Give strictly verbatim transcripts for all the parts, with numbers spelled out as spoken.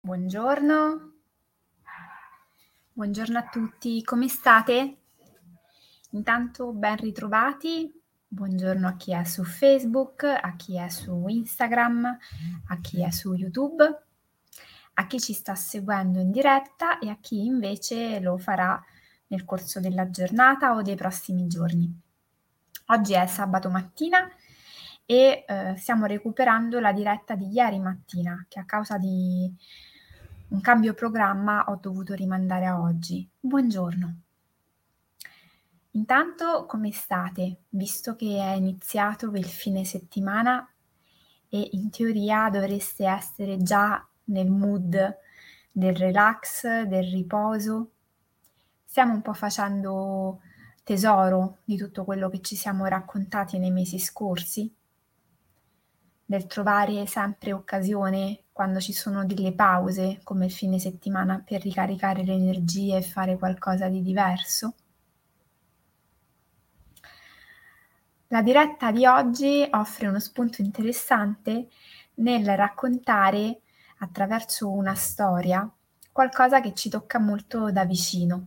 Buongiorno. Buongiorno a tutti, come state? Intanto ben ritrovati, buongiorno a chi è su Facebook, a chi è su Instagram, a chi è su YouTube, a chi ci sta seguendo in diretta e a chi invece lo farà nel corso della giornata o dei prossimi giorni. Oggi è sabato mattina e, uhm, stiamo recuperando la diretta di ieri mattina, che a causa di un cambio programma ho dovuto rimandare a oggi. Buongiorno. Intanto come state? Visto che è iniziato il fine settimana e in teoria dovreste essere già nel mood del relax, del riposo. Stiamo un po' facendo tesoro di tutto quello che ci siamo raccontati nei mesi scorsi? Del trovare sempre occasione, quando ci sono delle pause, come il fine settimana, per ricaricare le energie e fare qualcosa di diverso? La diretta di oggi offre uno spunto interessante nel raccontare, attraverso una storia, qualcosa che ci tocca molto da vicino.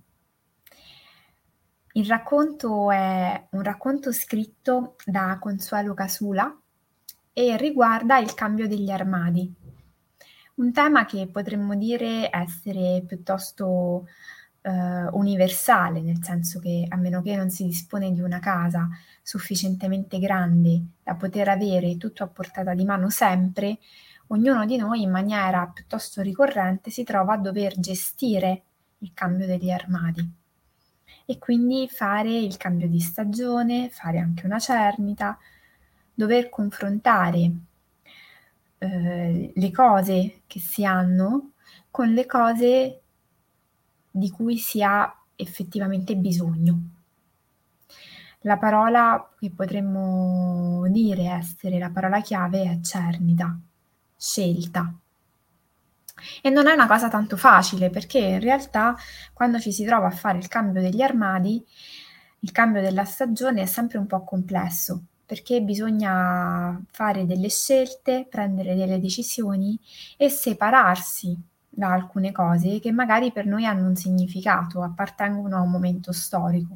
Il racconto è un racconto scritto da Consuelo Casula e riguarda il cambio degli armadi. Un tema che potremmo dire essere piuttosto, uhm, universale, nel senso che, a meno che non si dispone di una casa sufficientemente grande da poter avere tutto a portata di mano sempre, ognuno di noi in maniera piuttosto ricorrente si trova a dover gestire il cambio degli armadi. E quindi fare il cambio di stagione, fare anche una cernita, dover confrontare, uhm, le cose che si hanno con le cose di cui si ha effettivamente bisogno. La parola che potremmo dire essere la parola chiave è cernita, scelta. E non è una cosa tanto facile, perché in realtà quando ci si trova a fare il cambio degli armadi, il cambio della stagione è sempre un po' complesso, perché bisogna fare delle scelte, prendere delle decisioni e separarsi da alcune cose che magari per noi hanno un significato, appartengono a un momento storico.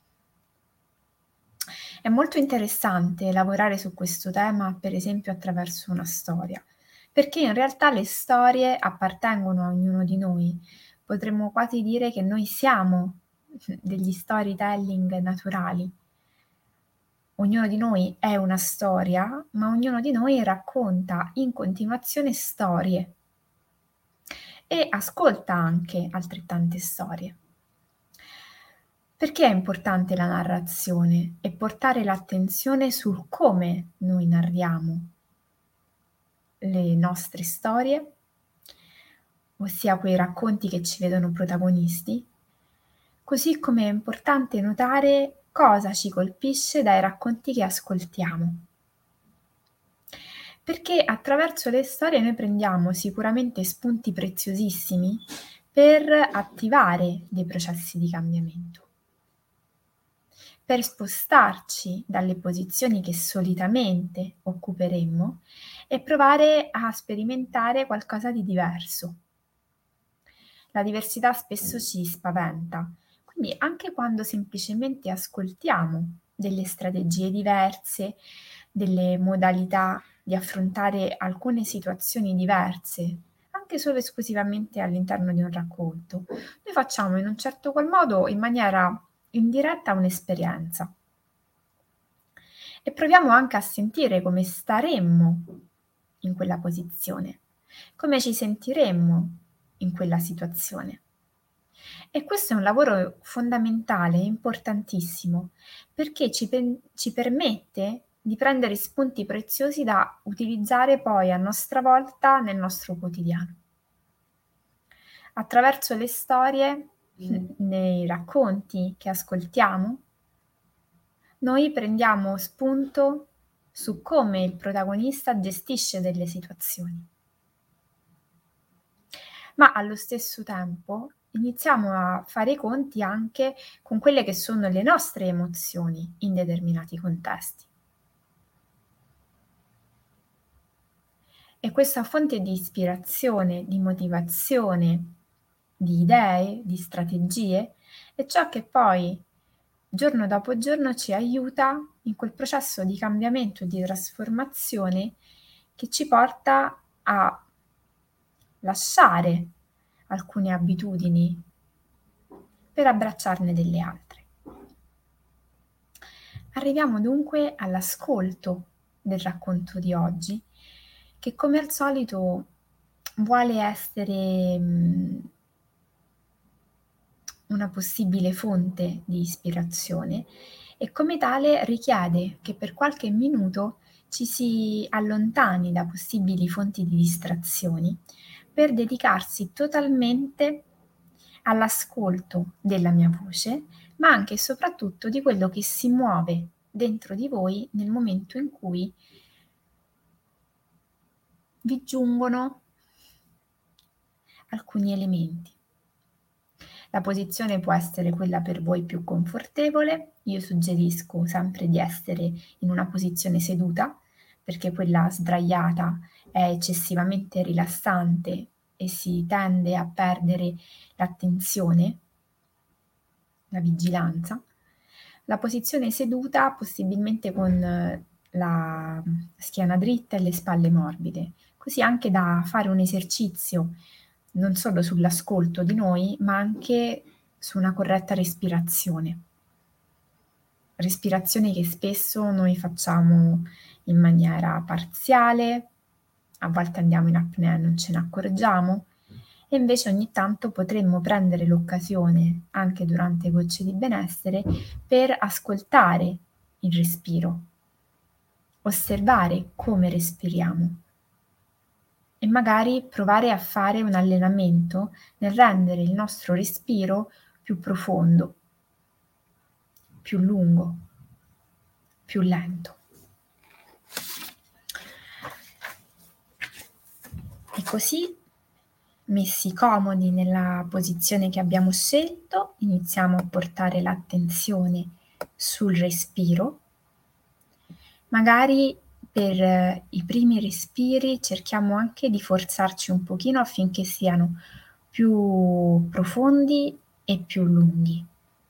È molto interessante lavorare su questo tema, per esempio attraverso una storia, perché in realtà le storie appartengono a ognuno di noi. Potremmo quasi dire che noi siamo degli storytelling naturali. Ognuno di noi è una storia, ma ognuno di noi racconta in continuazione storie e ascolta anche altrettante storie. Perché è importante la narrazione e portare l'attenzione sul come noi narriamo le nostre storie, ossia quei racconti che ci vedono protagonisti, così come è importante notare cosa ci colpisce dai racconti che ascoltiamo. Perché attraverso le storie noi prendiamo sicuramente spunti preziosissimi per attivare dei processi di cambiamento. Per spostarci dalle posizioni che solitamente occuperemmo e provare a sperimentare qualcosa di diverso. La diversità spesso ci spaventa, quindi anche quando semplicemente ascoltiamo delle strategie diverse, delle modalità di affrontare alcune situazioni diverse, anche solo esclusivamente all'interno di un racconto, noi facciamo in un certo qual modo, in maniera indiretta, un'esperienza. E proviamo anche a sentire come staremmo in quella posizione, come ci sentiremmo in quella situazione. E questo è un lavoro fondamentale, importantissimo, perché ci pen ci permette di prendere spunti preziosi da utilizzare poi a nostra volta nel nostro quotidiano. Attraverso le storie, n nei racconti che ascoltiamo, noi prendiamo spunto su come il protagonista gestisce delle situazioni. Ma allo stesso tempo iniziamo a fare i conti anche con quelle che sono le nostre emozioni in determinati contesti. E questa fonte di ispirazione, di motivazione, di idee, di strategie, è ciò che poi giorno dopo giorno ci aiuta in quel processo di cambiamento e di trasformazione che ci porta a lasciare alcune abitudini per abbracciarne delle altre. Arriviamo dunque all'ascolto del racconto di oggi, che come al solito vuole essere mh, una possibile fonte di ispirazione e come tale richiede che per qualche minuto ci si allontani da possibili fonti di distrazioni per dedicarsi totalmente all'ascolto della mia voce, ma anche e soprattutto di quello che si muove dentro di voi nel momento in cui vi giungono alcuni elementi. La posizione può essere quella per voi più confortevole, io suggerisco sempre di essere in una posizione seduta, perché quella sdraiata è eccessivamente rilassante e si tende a perdere l'attenzione, la vigilanza. La posizione seduta possibilmente con la schiena dritta e le spalle morbide, così anche da fare un esercizio non solo sull'ascolto di noi, ma anche su una corretta respirazione. Respirazioni che spesso noi facciamo in maniera parziale, a volte andiamo in apnea e non ce ne accorgiamo, e invece ogni tanto potremmo prendere l'occasione, anche durante gocce di benessere, per ascoltare il respiro, osservare come respiriamo e magari provare a fare un allenamento nel rendere il nostro respiro più profondo, più lungo, più lento. E così, messi comodi nella posizione che abbiamo scelto, iniziamo a portare l'attenzione sul respiro. Magari per eh, i primi respiri cerchiamo anche di forzarci un pochino affinché siano più profondi e più lunghi.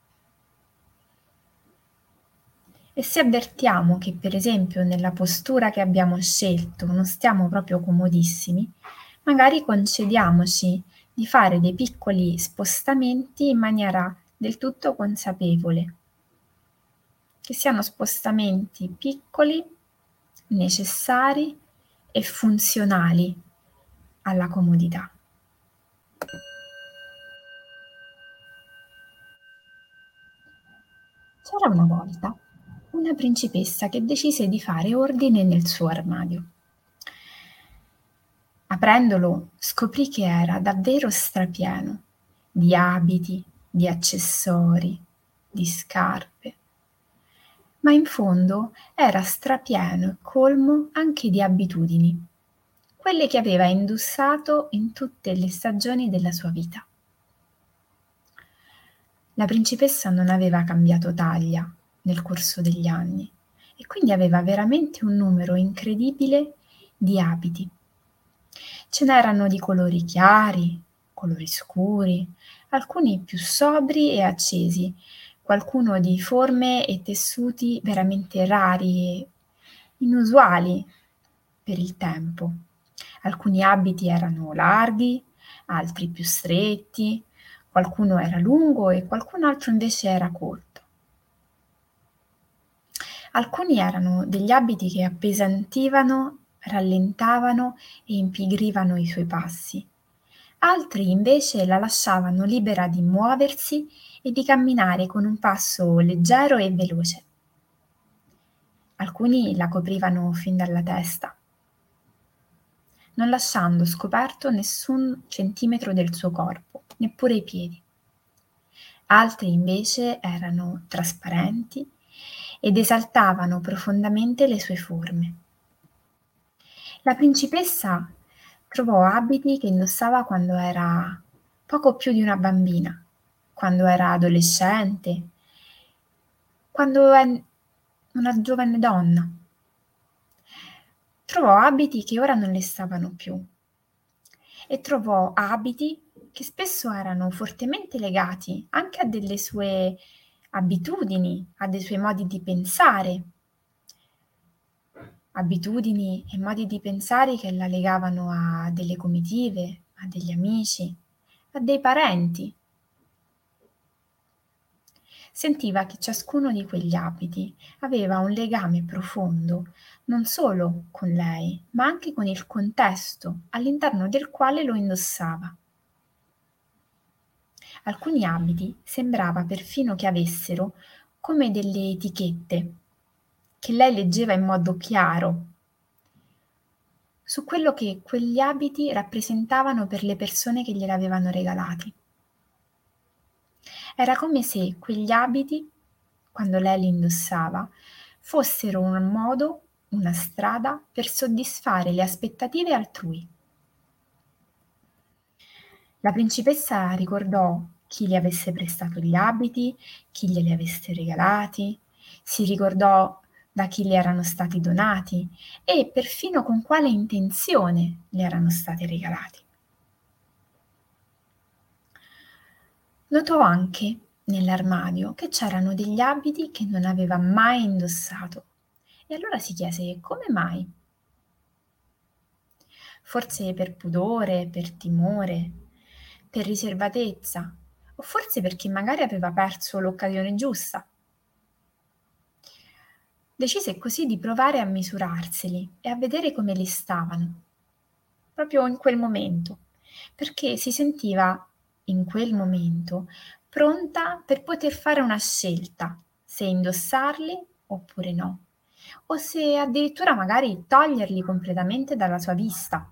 E se avvertiamo che per esempio nella postura che abbiamo scelto non stiamo proprio comodissimi, magari concediamoci di fare dei piccoli spostamenti in maniera del tutto consapevole, che siano spostamenti piccoli, necessari e funzionali alla comodità. C'era una volta una principessa che decise di fare ordine nel suo armadio. Aprendolo scoprì che era davvero strapieno di abiti, di accessori, di scarpe, ma in fondo era strapieno e colmo anche di abitudini, quelle che aveva indossato in tutte le stagioni della sua vita. La principessa non aveva cambiato taglia nel corso degli anni e quindi aveva veramente un numero incredibile di abiti. Ce n'erano di colori chiari, colori scuri, alcuni più sobri e accesi, qualcuno di forme e tessuti veramente rari e inusuali per il tempo. Alcuni abiti erano larghi, altri più stretti, qualcuno era lungo e qualcun altro invece era corto. Alcuni erano degli abiti che appesantivano, rallentavano e impigrivano i suoi passi. Altri invece la lasciavano libera di muoversi e di camminare con un passo leggero e veloce. Alcuni la coprivano fin dalla testa, non lasciando scoperto nessun centimetro del suo corpo, neppure i piedi. Altri invece erano trasparenti ed esaltavano profondamente le sue forme. La principessa trovò abiti che indossava quando era poco più di una bambina, quando era adolescente, quando è una giovane donna. Trovò abiti che ora non le stavano più e trovò abiti che spesso erano fortemente legati anche a delle sue abitudini, a dei suoi modi di pensare. Abitudini e modi di pensare che la legavano a delle comitive, a degli amici, a dei parenti. Sentiva che ciascuno di quegli abiti aveva un legame profondo non solo con lei, ma anche con il contesto all'interno del quale lo indossava. Alcuni abiti sembrava perfino che avessero come delle etichette che lei leggeva in modo chiaro su quello che quegli abiti rappresentavano per le persone che gliel'avevano regalati. Era come se quegli abiti, quando lei li indossava, fossero un modo, una strada per soddisfare le aspettative altrui. La principessa ricordò chi le avesse prestato gli abiti, chi glieli avesse regalati, si ricordò da chi le erano stati donati e perfino con quale intenzione le erano stati regalati. Notò anche nell'armadio che c'erano degli abiti che non aveva mai indossato e allora si chiese come mai. Forse per pudore, per timore, per riservatezza, o forse perché magari aveva perso l'occasione giusta. Decise così di provare a misurarseli e a vedere come li stavano, proprio in quel momento, perché si sentiva in quel momento pronta per poter fare una scelta, se indossarli oppure no, o se addirittura magari toglierli completamente dalla sua vista.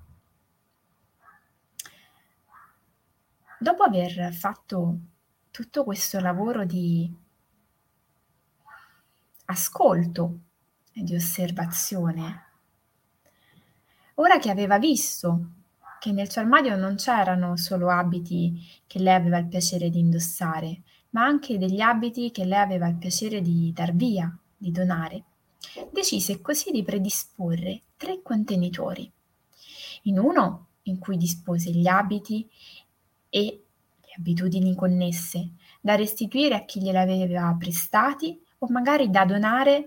Dopo aver fatto tutto questo lavoro di ascolto e di osservazione, ora che aveva visto che nel suo armadio non c'erano solo abiti che lei aveva il piacere di indossare, ma anche degli abiti che lei aveva il piacere di dar via, di donare, decise così di predisporre tre contenitori. In uno in cui dispose gli abiti e le abitudini connesse da restituire a chi glieli aveva prestati o magari da donare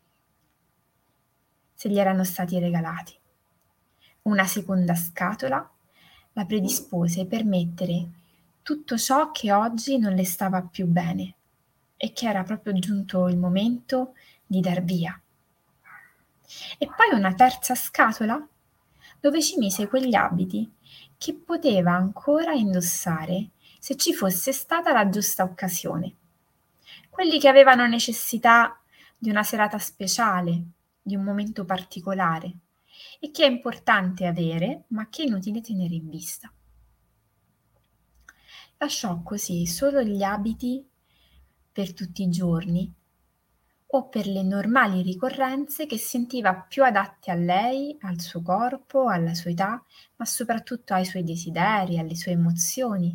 se gli erano stati regalati. Una seconda scatola la predispose per mettere tutto ciò che oggi non le stava più bene e che era proprio giunto il momento di dar via. E poi una terza scatola dove ci mise quegli abiti che poteva ancora indossare se ci fosse stata la giusta occasione. Quelli che avevano necessità di una serata speciale, di un momento particolare e che è importante avere, ma che è inutile tenere in vista. Lasciò così solo gli abiti per tutti i giorni o per le normali ricorrenze che sentiva più adatti a lei, al suo corpo, alla sua età, ma soprattutto ai suoi desideri, alle sue emozioni,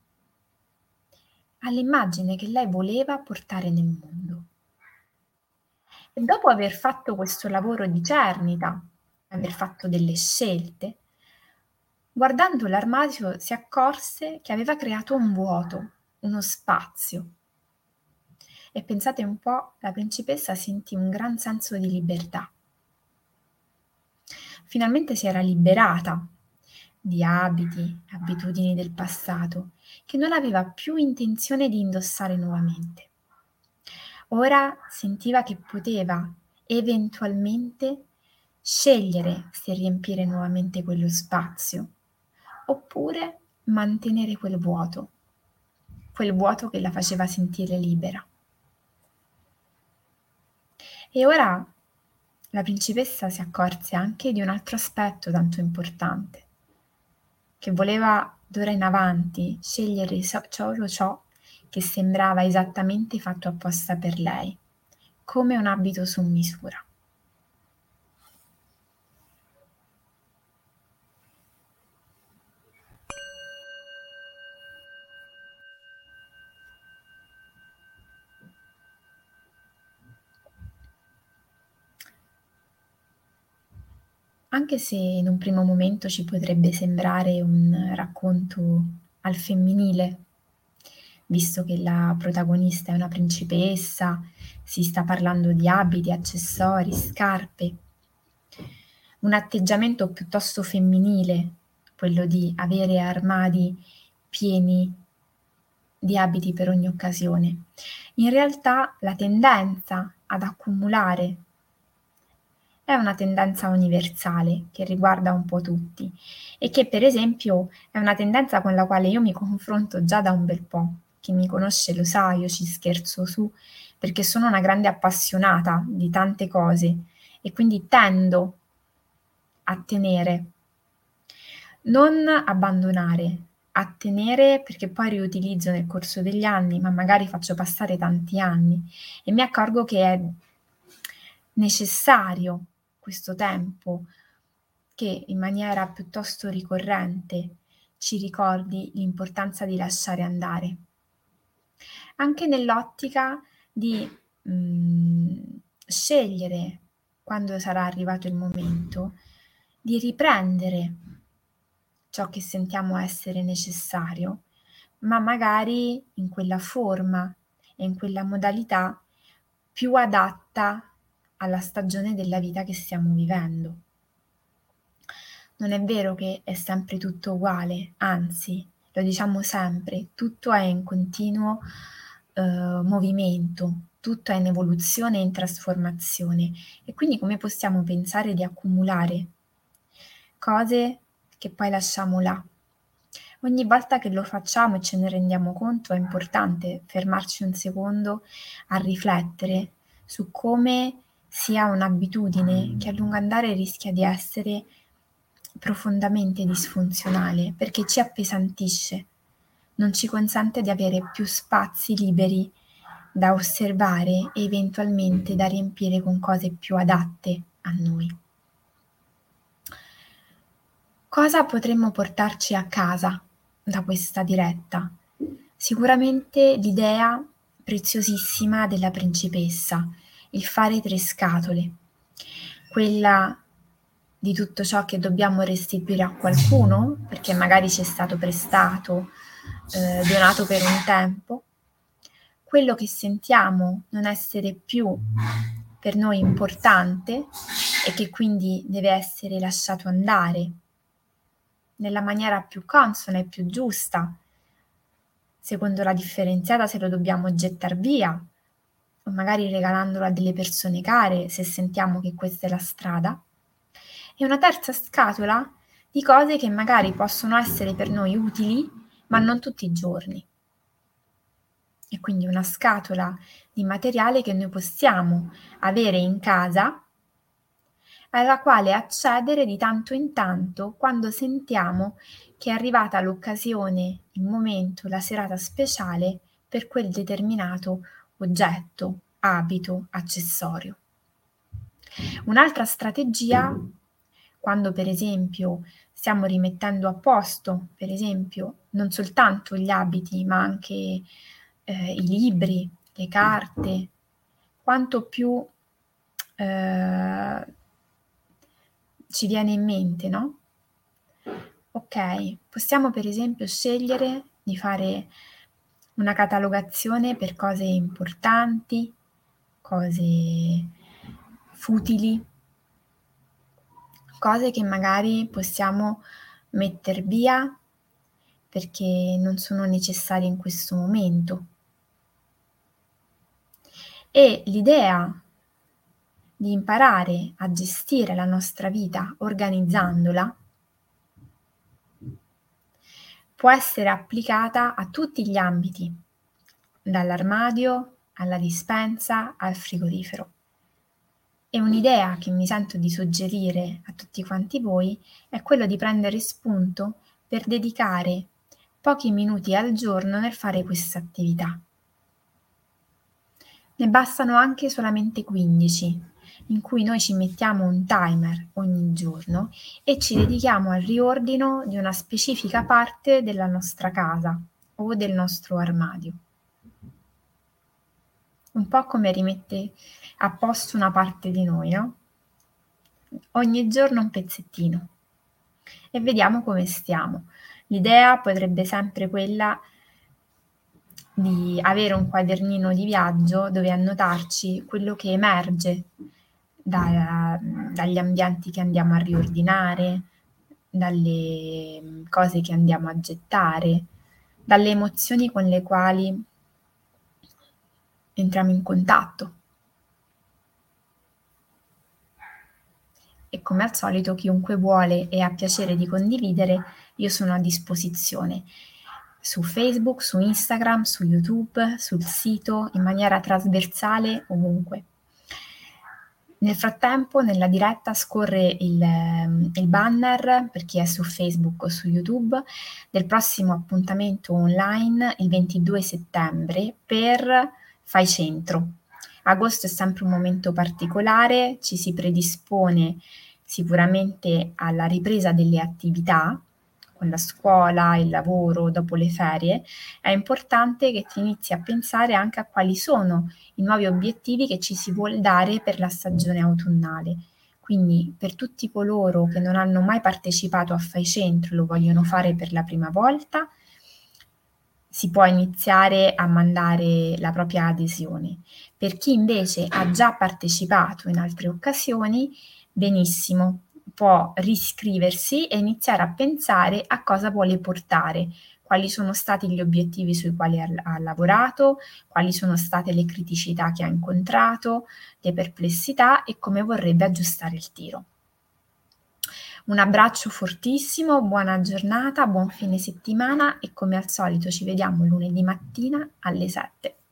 all'immagine che lei voleva portare nel mondo. E dopo aver fatto questo lavoro di cernita, aver fatto delle scelte, guardando l'armadio si accorse che aveva creato un vuoto, uno spazio. E pensate un po', la principessa sentì un gran senso di libertà. Finalmente si era liberata di abiti, abitudini del passato, che non aveva più intenzione di indossare nuovamente. Ora sentiva che poteva eventualmente scegliere se riempire nuovamente quello spazio oppure mantenere quel vuoto, quel vuoto che la faceva sentire libera. E ora la principessa si accorse anche di un altro aspetto tanto importante, che voleva d'ora in avanti scegliere so- solo ciò che sembrava esattamente fatto apposta per lei, come un abito su misura. Anche se in un primo momento ci potrebbe sembrare un racconto al femminile, visto che la protagonista è una principessa, si sta parlando di abiti, accessori, scarpe. Un atteggiamento piuttosto femminile, quello di avere armadi pieni di abiti per ogni occasione. In realtà la tendenza ad accumulare è una tendenza universale che riguarda un po' tutti e che per esempio è una tendenza con la quale io mi confronto già da un bel po'. Chi mi conosce lo sa, io ci scherzo su perché sono una grande appassionata di tante cose e quindi tendo a tenere, non abbandonare, a tenere perché poi riutilizzo nel corso degli anni, ma magari faccio passare tanti anni e mi accorgo che è necessario questo tempo che in maniera piuttosto ricorrente ci ricordi l'importanza di lasciare andare. Anche nell'ottica di, mhmm, scegliere, quando sarà arrivato il momento, di riprendere ciò che sentiamo essere necessario, ma magari in quella forma e in quella modalità più adatta alla stagione della vita che stiamo vivendo. Non è vero che è sempre tutto uguale, anzi, lo diciamo sempre, tutto è in continuo, uhm, movimento, tutto è in evoluzione e in trasformazione. E quindi come possiamo pensare di accumulare cose che poi lasciamo là? Ogni volta che lo facciamo e ce ne rendiamo conto è importante fermarci un secondo a riflettere su come sia un'abitudine che a lungo andare rischia di essere profondamente disfunzionale, perché ci appesantisce, non ci consente di avere più spazi liberi da osservare e eventualmente da riempire con cose più adatte a noi. Cosa potremmo portarci a casa da questa diretta? Sicuramente l'idea preziosissima della principessa, il fare tre scatole, quella di tutto ciò che dobbiamo restituire a qualcuno, perché magari ci è stato prestato, eh, donato per un tempo, quello che sentiamo non essere più per noi importante e che quindi deve essere lasciato andare nella maniera più consona e più giusta, secondo la differenziata se lo dobbiamo gettar via o magari regalandolo a delle persone care se sentiamo che questa è la strada, e una terza scatola di cose che magari possono essere per noi utili, ma non tutti i giorni. E quindi una scatola di materiale che noi possiamo avere in casa, alla quale accedere di tanto in tanto quando sentiamo che è arrivata l'occasione, il momento, la serata speciale per quel determinato oggetto, abito, accessorio. Un'altra strategia, quando per esempio stiamo rimettendo a posto, per esempio, non soltanto gli abiti, ma anche eh, i libri, le carte, quanto più eh, ci viene in mente, no? Ok, possiamo per esempio scegliere di fare una catalogazione per cose importanti, cose futili, cose che magari possiamo metter via perché non sono necessarie in questo momento. E l'idea di imparare a gestire la nostra vita organizzandola può essere applicata a tutti gli ambiti, dall'armadio alla dispensa al frigorifero. E un'idea che mi sento di suggerire a tutti quanti voi è quello di prendere spunto per dedicare pochi minuti al giorno nel fare questa attività. Ne bastano anche solamente quindici, in cui noi ci mettiamo un timer ogni giorno e ci dedichiamo al riordino di una specifica parte della nostra casa o del nostro armadio. Un po' come rimette a posto una parte di noi, no? ogni giorno un pezzettino e vediamo come stiamo. L'idea potrebbe sempre quella di avere un quadernino di viaggio dove annotarci quello che emerge da dagli ambienti che andiamo a riordinare, dalle, mhmm, cose che andiamo a gettare, dalle emozioni con le quali entriamo in contatto. E come al solito chiunque vuole e ha piacere di condividere, io sono a disposizione. Su Facebook, su Instagram, su YouTube, sul sito, in maniera trasversale, ovunque. Nel frattempo, nella diretta scorre il, ehm, il banner, per chi è su Facebook o su YouTube, del prossimo appuntamento online il ventidue settembre per Fai Centro. Agosto è sempre un momento particolare, ci si predispone sicuramente alla ripresa delle attività, con la scuola, il lavoro, dopo le ferie. È importante che ti inizi a pensare anche a quali sono i nuovi obiettivi che ci si vuol dare per la stagione autunnale. Quindi per tutti coloro che non hanno mai partecipato a Fai Centro e lo vogliono fare per la prima volta, si può iniziare a mandare la propria adesione. Per chi invece ha già partecipato in altre occasioni, benissimo, può riscriversi e iniziare a pensare a cosa vuole portare, quali sono stati gli obiettivi sui quali ha, ha lavorato, quali sono state le criticità che ha incontrato, le perplessità e come vorrebbe aggiustare il tiro. Un abbraccio fortissimo, buona giornata, buon fine settimana e come al solito ci vediamo lunedì mattina alle sette.